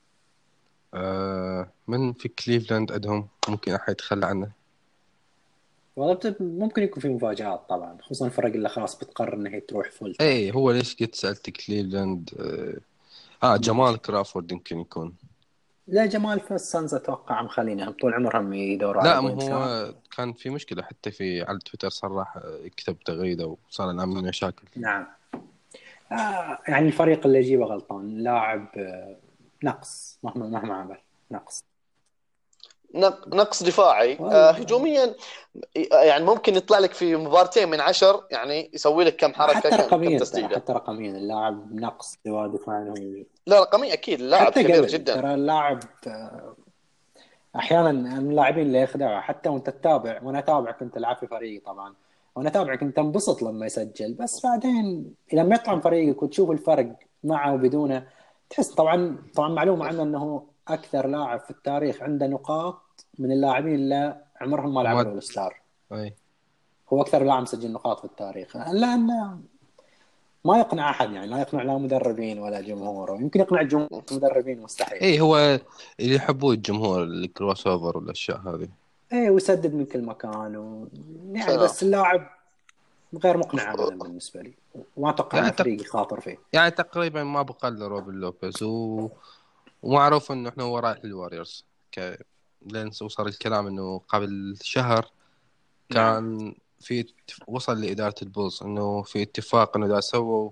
من في كليفلاند عندهم ممكن أحد يتخلى عنه.
والله ممكن يكون في مفاجآت طبعا، خصوصا الفرق اللي خلاص بتقرر انها هي تروح فول.
اي هو ليش قلت سألت كليفلاند؟ جمال كرافورد يمكن يكون.
لا جمال في السانز اتوقع مخلينهم طول عمرهم يدوروا
لا
على
ما
بوينت
هو
كارد.
كان في مشكلة حتى على تويتر صرح يكتب تغريدة وصار الآن من مشاكل.
نعم. يعني الفريق اللي يجيبه غلطان، لاعب نقص مهما عمل نقص.
نقص دفاعي. هجوميا يعني ممكن يطلع لك في مبارتين من 10 يعني يسوي لك كم حركة
حتى
كم
رقميا
تسديدة.
حتى رقميا اللاعب نقص سواء دفاعيا.
لا رقميا أكيد اللاعب كبير جدا.
ترى اللاعب احيانا من اللاعبين اللي يخدعوا، حتى وانت تتابع، وانا اتابعك انت تلعب في فريقي طبعا، وانا اتابعك انت انبسط لما يسجل، بس بعدين لما يطعم فريقك وتشوف الفرق معه وبدونه تحس. طبعا معلومه عنه انه اكثر لاعب في التاريخ عنده نقاط من اللاعبين اللي عمرهم ما لعبوا الاول ستار. هو اكثر لاعب مسجل نقاط في التاريخ، لانه ما يقنع احد، يعني لا يقنع لا مدربين ولا جمهور، ويمكن يقنع الجمهور مدربين مستحيل.
اي هو اللي يحبوه الجمهور الكروس اوفر والاشياء هذه.
ايه ويسدد من كل مكان يعني بس اللاعب غير مقنع ابدا بالنسبه لي، وما اتوقع ان فريقي خاطر فيه.
يعني تقريبا ما بقى الا روبن لوبيز ومعروف انه احنا هو رايح للواريورز لين وصل الكلام انه قبل شهر كان في وصل لإدارة البولز انه في اتفاق انه اذا سووا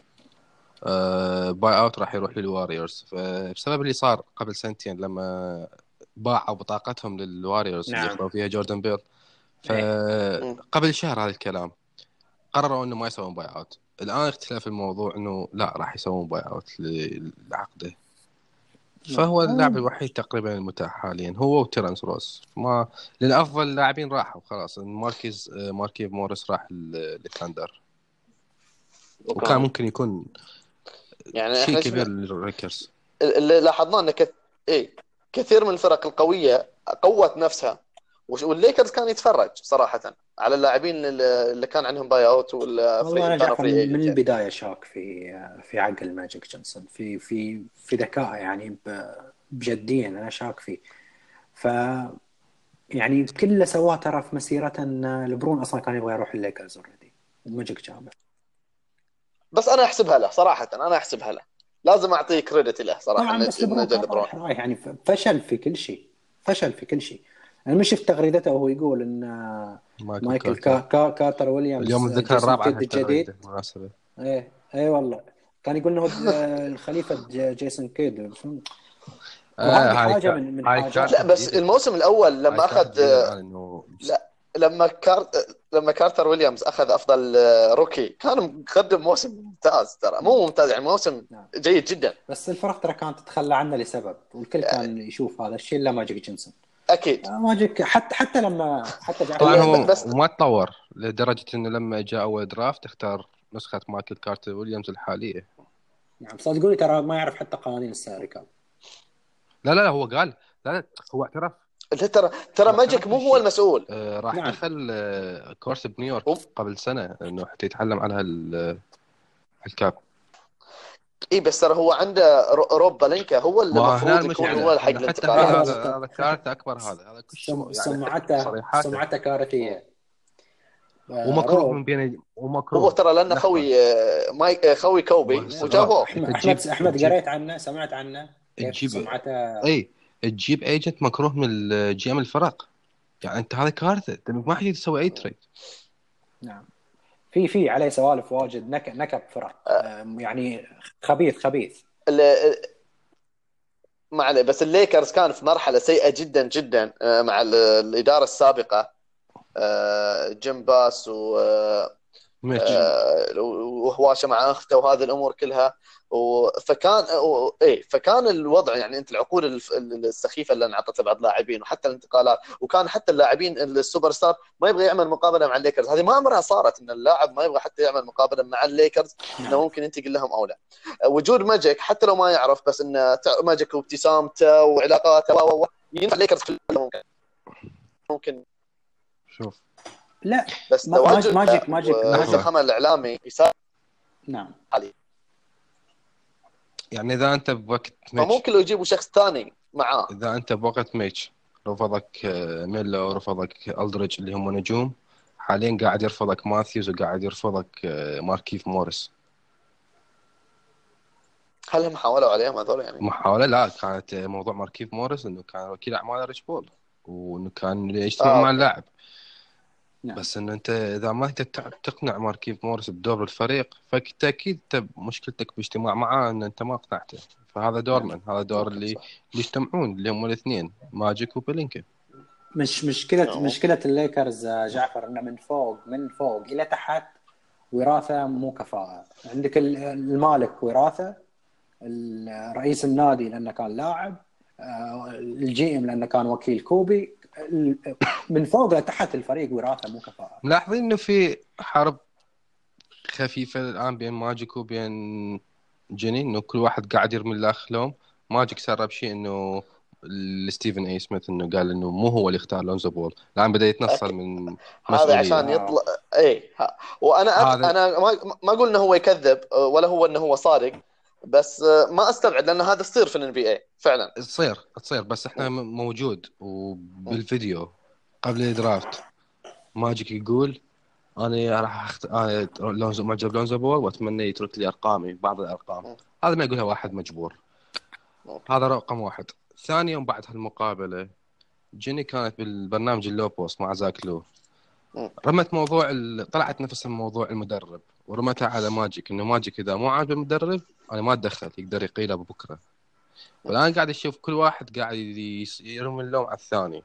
باي اوت راح يروح للواريورز، فبسبب اللي صار قبل سنتين لما باعوا بطاقتهم للواريورز اللي ياخذوا فيها جوردن بيل، فقبل شهر هذا الكلام قرروا انه ما يسوون باي اوت. الان اختلاف الموضوع انه لا راح يسوون باي اوت لعقده، فهو اللاعب الوحيد تقريبا المتاح حاليا هو وتيرنس روس. ما للافضل اللاعبين راحوا خلاص. ماركيف موريس راح للثاندر، وكان ممكن يكون
يعني
شيء كبير للريكرز.
اللي لاحظناه ان كثير من الفرق القويه قوت نفسها، والليكرز كان يتفرج صراحه على اللاعبين اللي كان عندهم باي اوت
والله انا من البدايه شاك في عقل ماجيك جونسون، في ذكاء، يعني بجديا انا شاك فيه. ف يعني كل اللي سواه ترى في مسيرته ان لبرون اصلا كان يبغى يروح الليكرز اوريدي وماجيك جابه.
بس انا احسبها له صراحه، انا احسبها له، لازم اعطيه كريدت له صراحه.
بس لبرون يعني فشل في كل شيء. انا ما شفت تغريدته وهو يقول ان مايكل كارتر ويليامز
اليوم الذكرى الرابعه
الجديد
بالمناسبه.
ايه والله كان يقول انه الخليفه جيسون كيد. وهذه حاجه من حاجات.
لا بس الموسم الاول لما اخذ لما كارتر ويليامز اخذ افضل روكي كان مقدم موسم ممتاز، ترى مو ممتاز يعني موسم جيد جدا.
بس الفرق ترى كانت تتخلى عنه لسبب، والكل كان يشوف هذا الشيء الا ماجيك جونسون.
اكيد
ماجيك حتى لما
طبعا هو ما تطور لدرجه انه لما جاء اول درافت اختار نسخه مايكل كارتر ويليامز الحاليه.
نعم صدقوني ترى ما يعرف حتى قوانين السالري كاب.
لا هو قال لا هو اعترف.
ترى ماجيك مو هو المسؤول.
راح دخل كورس بنيويورك قبل سنه انه حتى يتعلم على الكاب.
اي بس ترى هو عنده روب بالينكا هو اللي المفروض يكون هو حق الانتقالات.
هذا كارثه اكبر. هذا كل شيء
سمعته كارثيه
ومكروه من بين
هو ترى لانه خوي كوبي وجابوه.
احمد قريت عنه سمعت عنه
كيف سمعته. تجيب ايجنت مكروه من الجي ام الفرق، يعني انت هذا كارثه، انت ما حد يسوي اي تريد.
نعم في عليه سوالف واجد، نكب فرق يعني خبيث.
ال- ما عليه، بس الليكرز كان في مرحلة سيئة جدا جدا مع الإدارة السابقة، جيم باس
ميتش.
وهواشه مع اخته وهذه الامور كلها. فكان فكان الوضع يعني انت العقود السخيفه اللي انعطت لبعض اللاعبين وحتى الانتقالات، وكان حتى اللاعبين السوبر ستار ما يبغى يعمل مقابله مع الليكرز. هذه ما عمرها صارت ان اللاعب ما يبغى حتى يعمل مقابله مع الليكرز، انه ممكن ينتقل لهم او لا. وجود ماجيك حتى لو ما يعرف، بس ان ماجيك وابتسامته وعلاقاته ينفع الليكرز كلهم ممكن.
شوف لا
بس تواجد
ماجيك
وزخمه الاعلامي يساعد.
نعم
علي.
يعني اذا انت بوقت ميتش،
فممكن لو يجيبوا شخص ثاني معاه.
اذا انت بوقت ميتش رفضك ميلو ورفضك ألدريج اللي هم نجوم، حاليا قاعد يرفضك ماثيوز وقاعد يرفضك ماركيف موريس.
هل هم حاولوا عليهم هذول يعني؟
محاولة لا، كانت موضوع ماركيف موريس انه كان وكيل اعمال ريتش بول وانه كان يجتمع مع
أوكي.
اللاعب.
نعم.
بس انه انت اذا ما انت تقنع ماركيف موريس بدور الفريق، فانت اكيد انت مشكلتك باجتماع معاه ان انت ما اقنعته. فهذا دور من هذا دور اللي يجتمعون اللي هم الاثنين ماجيك وبلينكن.
مش مشكلة الليكرز جعفر انه من فوق الى تحت وراثة مو كفاءة. عندك المالك وراثة، رئيس النادي لانه كان لاعب، الجي ام لانه كان وكيل كوبي، من فوق لتحت الفريق وراثة مو كفاءة.
ملاحظين انه في حرب خفيفة الان بين ماجيك وبين جيني، انه كل واحد قاعد يرمي الاخ لوم. ماجيك سرب شيء انه ستيفن اي سميث انه قال انه مو هو اللي اختار لونزو بول، الان بدا يتنصل من
هذا عشان
مسؤولية.
يطلع وانا
هذا
انا ما اقول انه هو يكذب ولا هو انه هو صادق، بس ما استبعد لان هذا تصير في الان بي اي فعلا.
تصير بس احنا موجود وبالفيديو قبل الدرافت ماجيك يقول انا راح انا لونزو معجب لونزو بول واتمنى يترك لي ارقامي بعض الارقام. هذا ما يقولها واحد مجبور. هذا رقم واحد. ثاني يوم بعد هالمقابله جيني كانت بالبرنامج اللو بوست مع زاك لو، رمت موضوع طلعت نفس الموضوع المدرب ورمتها على ماجيك، انه ماجيك اذا مو عاجب المدرب انا ما اتدخل، يقدر يقيله بكره. والان قاعد اشوف كل واحد قاعد يرمي اللوم على الثاني،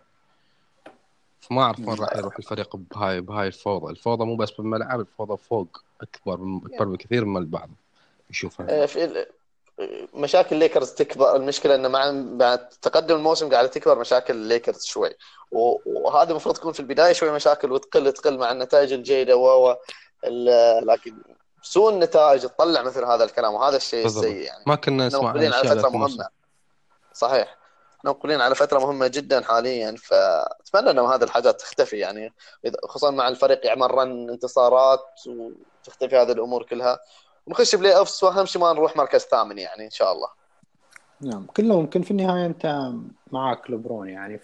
فما اعرف وين راح يروح الفريق بهاي الفوضى مو بس بالملعب، الفوضى فوق اكبر بكثير من البعض يشوفها.
في مشاكل الليكرز تكبر. المشكله انه مع تقدم الموسم قاعده تكبر مشاكل الليكرز شوي، وهذا المفروض تكون في البدايه شوي مشاكل وتقل مع النتائج الجيده لكن سوء النتائج تطلع مثل هذا الكلام، وهذا الشيء السيء يعني.
ما كنا نسمع
مقبلين على فتره مهمه. صحيح، مقبلين على فتره مهمه جدا حاليا، فاتمنى انه هذه الحاجات تختفي يعني، خصوصا مع الفريق يعمل رن انتصارات وتختفي هذه الامور كلها ونخش بلاي اوفس، واهم شيء ما نروح مركز ثامن يعني ان شاء الله.
نعم كله ممكن في النهايه انت معك لبرون يعني،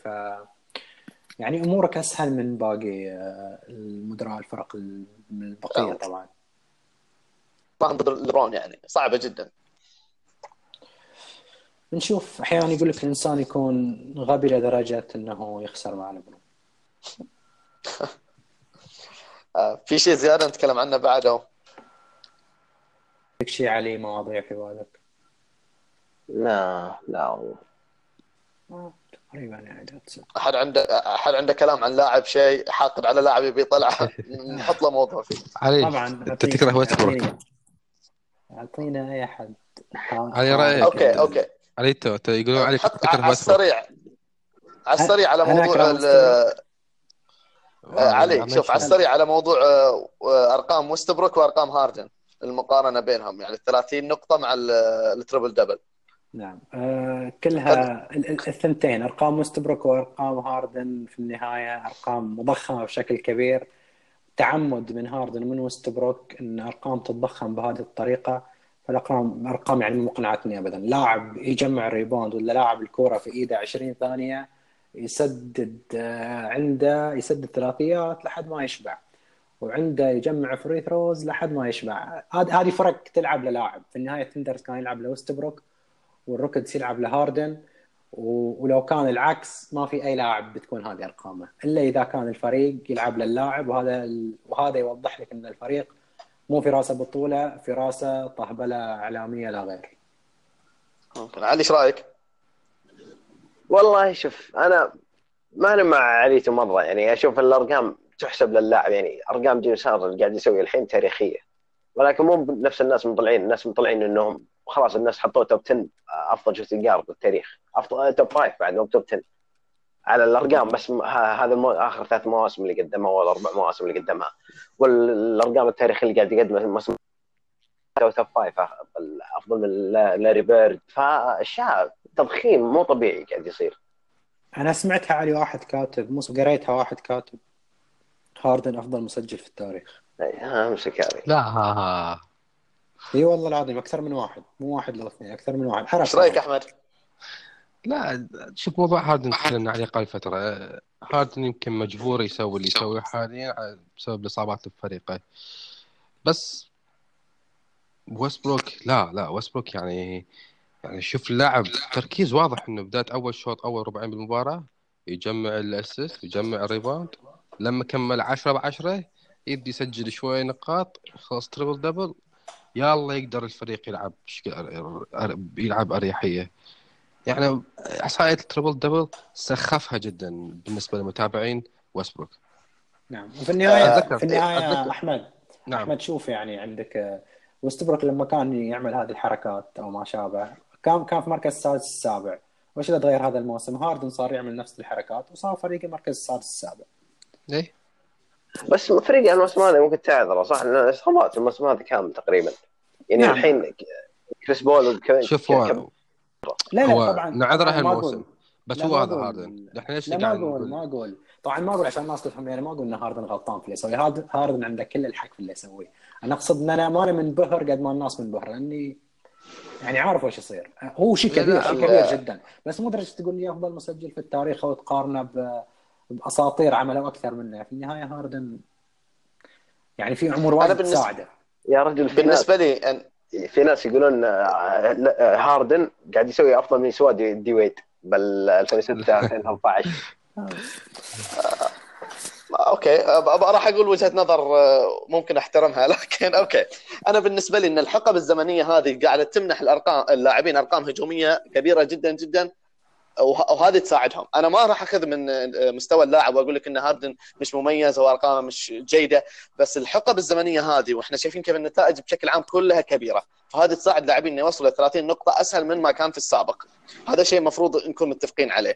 يعني امورك اسهل من باقي المدراء الفرق البقيه طبعا.
ما ضد لبرون يعني صعبه جدا.
نشوف احيانا يقول لك الانسان يكون غبي لدرجه انه يخسر مع لبرون.
في شيء زياده نتكلم عنه بعده؟
شيء عليه مواضيع في بالك؟
لا والله
تقريبا يعني.
احد عنده كلام عن لاعب، شيء حاقد على لاعب يبي يطلع نحط له موضوع فيه
علي.
طبعا
انت تكره ويستبروك؟
اعطينا اي احد
علي رايك.
اوكي
علي انت يقولون عليك تكره
ويستبروك على السريع على موضوع علي. شوف على السريع على موضوع ارقام ويستبروك وارقام هاردن، المقارنه بينهم يعني 30 نقطه مع التريبل دبل.
نعم كلها الثنتين ارقام ويستبروك وارقام هاردن في النهايه ارقام مضخمه بشكل كبير، تعمد من هاردن ومن ويستبروك ان ارقام تتضخم بهذه الطريقه. فالارقام يعني مو مقنعتني ابدا. لاعب يجمع الريباوند ولا لاعب الكره في ايده 20 ثانيه يسدد عنده يسدد ثلاثيات لحد ما يشبع، وعنده يجمع فري ثروز لحد ما يشبع. هذه فرق تلعب للاعب. في النهايه تندرز كان يلعب لويستبروك والروكيتس يلعب لهاردن، ولو كان العكس ما في اي لاعب بتكون هذه ارقامه الا اذا كان الفريق يلعب للاعب، وهذا يوضح لك ان الفريق مو في راسه بطوله، في راسه طهبله اعلاميه لا غير.
علي ايش رايك؟
والله شوف انا ما انا مع عليته مره، يعني اشوف الارقام تحسب للاعب، يعني ارقام جيمس هاردن اللي قاعد يسوي الحين تاريخيه، ولكن مو نفس الناس مطلعين انهم خلاص الناس حطوه توب 10 افضل شوتنج جارد بالتاريخ، افضل توب 5 بعد مو توب 10 على الارقام بس. هذا اخر 3 مواسم اللي قدمها ولا 4 مواسم اللي قدمها، والارقام التاريخيه اللي قاعد يقدمها موسم توب 5 افضل من لاري بيرد. فالشيء تضخيم مو طبيعي قاعد يصير.
انا سمعتها علي واحد كاتب، مو قريتها واحد كاتب هاردن افضل مسجل في التاريخ.
امسك هذه.
لا ها
اي والله العظيم اكثر من واحد، مو واحد ولا اثنين، اكثر من واحد.
ايش رايك احمد؟
لا شوف، موضوع هاردن تكلمنا عليه قبل فترة. هاردن يمكن مجبور يسوي اللي يسويه حاليا بسبب الإصابات بفريقه، بس ويستبروك لا ويستبروك يعني شوف اللاعب تركيز واضح انه بداية اول شوط اول ربعين بالمباراة يجمع الاسيست ويجمع الريباوند، لما كمل 10/10 يبدي يسجل شوية نقاط، خلاص تريبل دبل، يلا يقدر الفريق يلعب يلعب أريحية. يعني إحصائية التريبل دبل سخفها جدا بالنسبة للمتابعين ويستبروك.
نعم. وفي النهاية
أتذكر.
أحمد
نعم.
أحمد شوف، يعني عندك ويستبروك لما كان يعمل هذه الحركات أو ما شابه كان في مركز السادس السابع. وش اللي تغير هذا الموسم؟ هاردن صار يعمل نفس الحركات وصار فريق المركز السادس السابع.
ليه؟
بس فريق الموسم هذا ممكن تعذره صح، لأن إصابات الموسم هذا كامل تقريبا، يعني
نعم.
الحين كريس بول
شوف
لا
هو
طبعا
نعذره
ما
هالموسم،
أقول.
بس
لا
هو
ما
هذا
أقول.
هاردن. احنا ليش
لا
قاعد
ما أقول طبعا ما أقول عشان الناس تفهم، يعني ما أقول إن هاردن غلطان في اللي يسويه. هاردن عنده كل الحق في اللي يسويه. أنا أقصد إن أنا ماني منبهر قد ما الناس منبهر، لأني يعني عارف وش يصير. هو شيء كبير، شيء كبير جدا، بس مو درجة تقول لي أفضل مسجل في التاريخ أو تقارنه بأساطير عملوا أكثر منه. في النهاية هاردن يعني في عمر وايد تساعده
يا رجل.
بالنسبة لي
في ناس يقولون هاردن قاعد يسوي أفضل من سواد دي ويد بال 2006 2013.
اوكي راح اقول وجهة نظر ممكن احترمها، لكن اوكي انا بالنسبة لي ان الحقب الزمنية هذه قاعدة تمنح اللاعبين ارقام هجومية كبيرة جدا جدا، وهذه تساعدهم. انا ما راح اخذ من مستوى اللاعب واقول لك ان هاردن مش مميز او ارقامه مش جيده، بس الحقب الزمنيه هذه واحنا شايفين كيف النتائج بشكل عام كلها كبيره، فهذه تساعد اللاعبين ان يوصلوا ل 30 نقطه اسهل من ما كان في السابق. هذا شيء مفروض نكون متفقين عليه.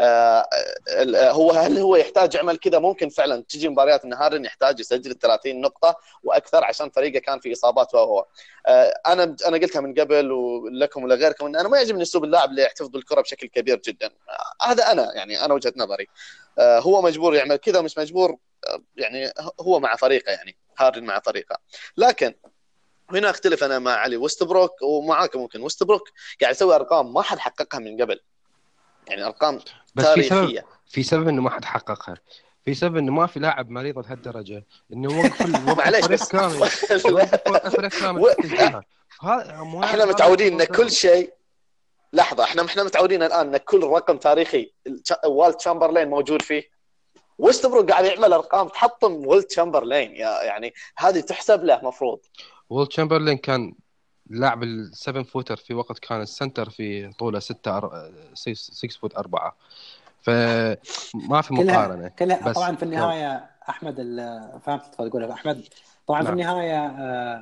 هل هو يحتاج يعمل كذا؟ ممكن فعلا تجي مباريات ان هاردن يحتاج يسجل 30 نقطه واكثر عشان فريقه كان في اصابات. وهو انا قلتها من قبل ولكم ولغيركم ان انا ما يعجبني اسلوب اللاعب اللي يحتفظ بالكره بشكل كبير جدا. هذا انا وجهة نظري. هو مجبور يعمل كذا مش مجبور، يعني هو مع فريقه، يعني هاردن مع فريقه. لكن هنا اختلف انا مع علي. ويستبروك ومعاك ممكن ويستبروك قاعد يسوي ارقام ما حد حققها من قبل، يعني ارقام
بس
تاريخيه.
في سبب انه ما حد حققها، في سبب انه ما في لاعب مريض لهالدرجه انه وقف
معليش
الفريق
بس
كامل. وقف الفريق كامل.
احنا متعودين ان كل شيء لحظه، احنا متعودين الان ان كل رقم تاريخي والت تشامبرلين موجود فيه. ويستبروك قاعد يعمل ارقام تحطم والت تشامبرلين، يعني هذه تحسب له مفروض.
والت تشامبرلين كان لاعب السفن فوتر في وقت كان السنتر في طوله 6 فوت 4، فما في مقارنه.
كلها طبعا في النهايه احمد فهمت تقول احمد. طبعا في النهايه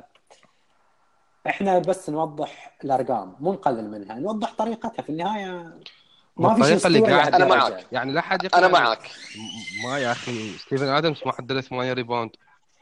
احنا بس نوضح الارقام مو نقلل منها، نوضح طريقتها. في النهايه ما في شيء اللي قاعد
انا معك،
يعني لا حد
انا معك.
ما يا اخي ستيفن ادمز ما عدل 8 ريباوند.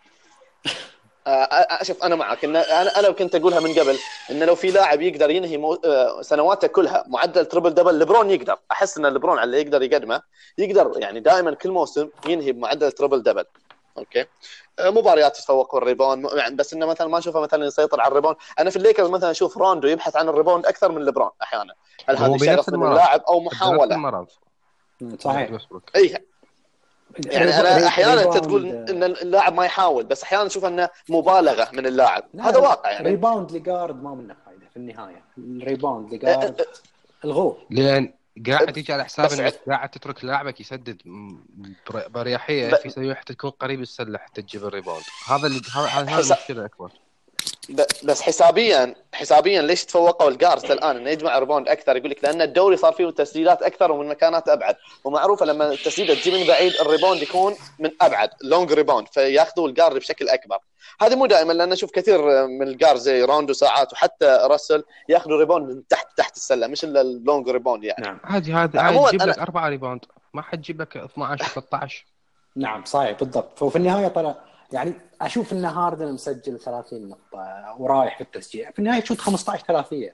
شوف انا معك ان انا كنت اقولها من قبل ان لو في لاعب يقدر ينهي سنواته كلها معدل تربل دبل، ليبرون يقدر. احس ان ليبرون على اللي يقدر يقدمه يقدر، يعني دائما كل موسم ينهي بمعدل تربل دبل. اوكي مباريات يتفوق بالريباوند، يعني بس انه مثلا ما اشوفه مثلا يسيطر على الريباوند. انا في الليكرز مثلا اشوف روندو يبحث عن الريباوند اكثر من ليبرون احيانا. هل هذا شغف من اللاعب او محاوله؟
صحيح.
اي يعني انا احيانا انت تقول ان اللاعب ما يحاول، بس احيانا نشوف انه مبالغه من اللاعب. هذا واقع. يعني
ريباوند لجارد ما منه فايده في النهايه. الريباوند لجارد الغوه،
قاعد يجي على حساب
بس
انك قاعد تترك لاعبك يسدد بريحيه في سبيل حتى تكون قريب السله حتى تجيب الريباوند. هذا المشكله الاكبر.
بس حسابيا ليش تفوقوا الجارز الان انه يجمع ريباوند اكثر؟ يقول لك لان الدوري صار فيه تسديدات اكثر ومن مكانات ابعد، ومعروفه لما التسديده تجي من بعيد الريباوند يكون من ابعد لونج ريباوند، فياخذوا الجارد بشكل اكبر. هذه مو دائما، لان نشوف كثير من الجارد زي راندو ساعات وحتى راسل ياخذوا ريباوند من تحت السله، مش الا اللونج ريباوند يعني.
نعم
هذه تجيب لك 4 ريباوند، ما حتجيب لك 12 13.
نعم صحيح بالضبط. وفي النهايه طلع يعني اشوف ان هاردن مسجل 30 نقطه ورايح في التسجيل، في النهايه شوت 15 ثلاثيه.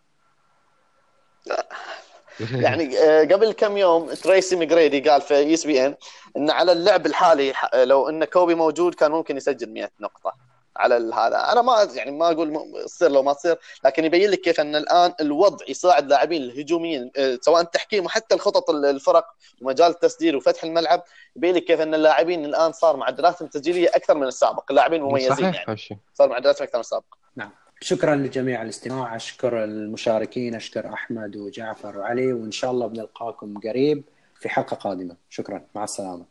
يعني قبل كم يوم تريسي ميغريدي قال في ESPN ان على اللعب الحالي لو ان كوبي موجود كان ممكن يسجل 100 نقطه على هذا. انا ما اقول تصير لو ما تصير، لكن يبين لك كيف ان الان الوضع يساعد لاعبين الهجوميين سواء التحكيم وحتى الخطط الفرق ومجال التسديد وفتح الملعب. يبين لك كيف ان اللاعبين الان صار معدلاتهم التسجيليه اكثر من السابق، اللاعبين مميزين يعني صار معدلاتهم اكثر من السابق.
نعم شكرا لجميع الاستماع، اشكر المشاركين، اشكر احمد وجعفر وعلي، وان شاء الله بنلقاكم قريب في حلقه قادمه. شكرا، مع السلامه.